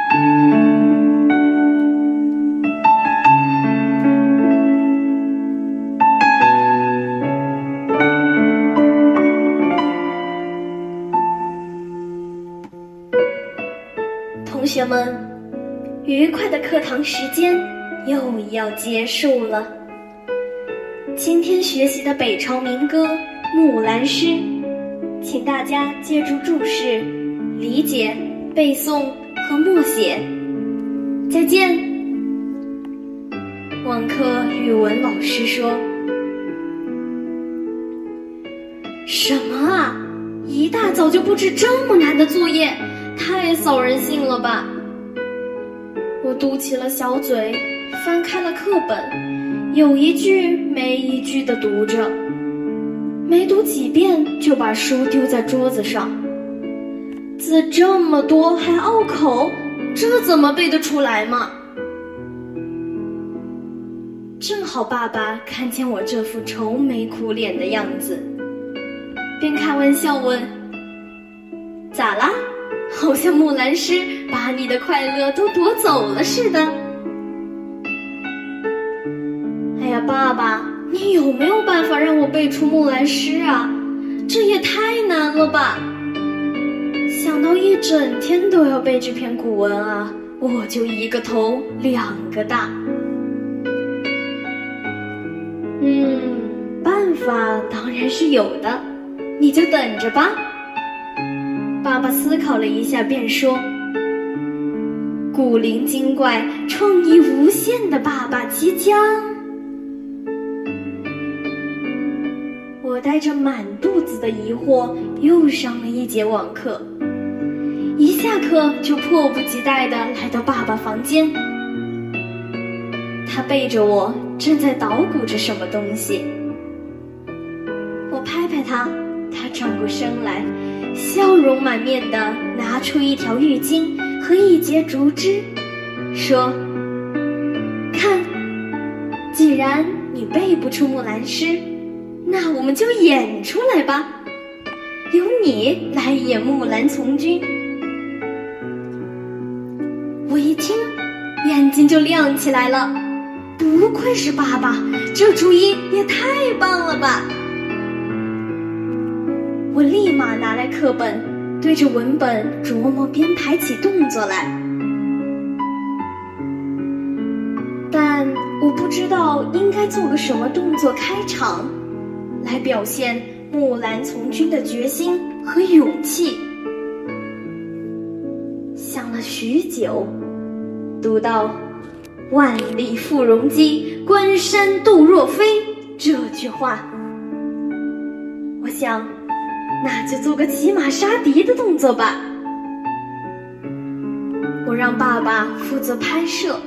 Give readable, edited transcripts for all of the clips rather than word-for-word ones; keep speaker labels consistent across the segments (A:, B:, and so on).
A: 同学们，愉快的课堂时间又要结束了。今天学习的北朝民歌《木兰诗》，请大家借助注释理解、背诵和默写。再见。网课语文老师说：什么啊？一大早就布置这么难的作业，太扫人兴了吧！我嘟起了小嘴，翻开了课本，有一句没一句地读着，没读几遍就把书丢在桌子上。字这么多还拗口，这怎么背得出来嘛？正好爸爸看见我这副愁眉苦脸的样子，便开玩笑问：咋啦？好像木兰诗把你的快乐都夺走了似的。哎呀，爸爸，你有没有办法让我背出木兰诗啊？这也太难了吧！想到一整天都要背这篇古文啊，我就一个头两个大。办法当然是有的，你就等着吧。爸爸思考了一下，便说：古灵精怪、创意无限的爸爸即将……我带着满肚子的疑惑，又上了一节网课。一下课就迫不及待地来到爸爸房间，他背着我，正在捣鼓着什么东西。我拍拍他，他转过身来，笑容满面地拿出一条浴巾和一截竹枝，说：看，既然你背不出木兰诗，那我们就演出来吧，由你来演木兰从军。我一听，眼睛就亮起来了，不愧是爸爸，这主意也太棒了吧！我立马拿来课本，对着文本琢磨编排起动作来。但我不知道应该做个什么动作开场，来表现木兰从军的决心和勇气。想了许久，读到万里赴戎机，关山度若飞这句话，我想那就做个骑马杀敌的动作吧。我让爸爸负责拍摄，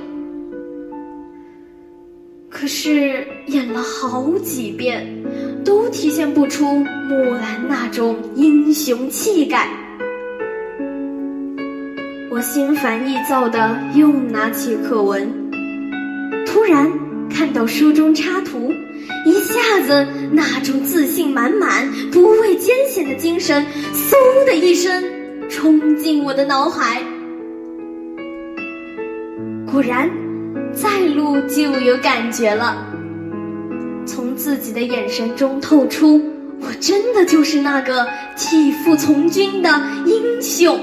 A: 可是演了好几遍，都体现不出木兰那种英雄气概。我心烦意躁地又拿起课文，突然看到书中插图，一下子那种自信满满、不畏艰险的精神，嗖的一声冲进我的脑海。果然，再录就有感觉了。从自己的眼神中透出，我真的就是那个替父从军的英雄。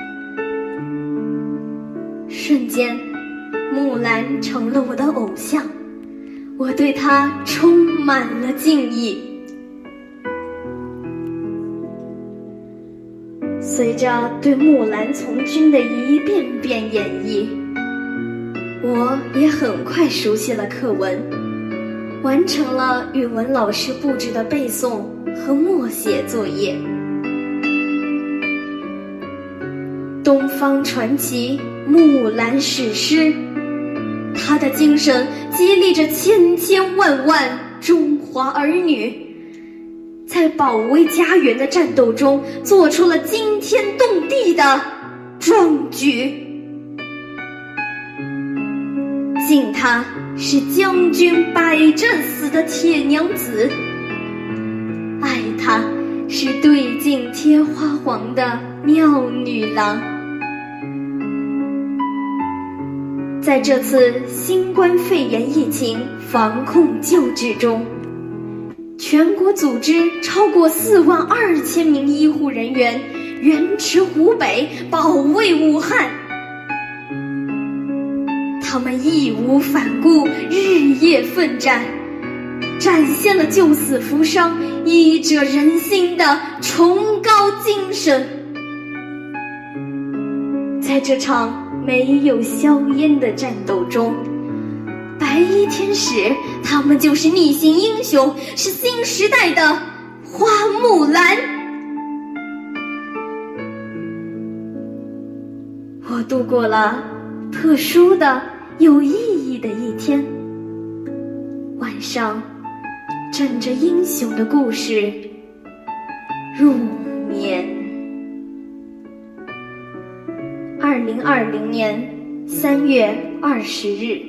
A: 瞬间，木兰成了我的偶像，我对她充满了敬意。随着对木兰从军的一遍遍演绎，我也很快熟悉了课文，完成了语文老师布置的背诵和默写作业。东方传奇木兰史诗，他的精神激励着千千万万中华儿女，在保卫家园的战斗中做出了惊天动地的壮举。敬她是将军百战死的铁娘子，爱她是对镜贴花黄的妙女郎。 在这次新冠肺炎疫情防控救治中，全国组织超过42000名医护人员援驰湖北，保卫武汉。他们义无反顾，日夜奋战，展现了救死扶伤、医者仁心的崇高精神。在这场没有硝烟的战斗中，白衣天使，他们就是逆行英雄，是新时代的花木兰。我度过了特殊的、有意义的一天，晚上枕着英雄的故事入眠。2020年3月20日。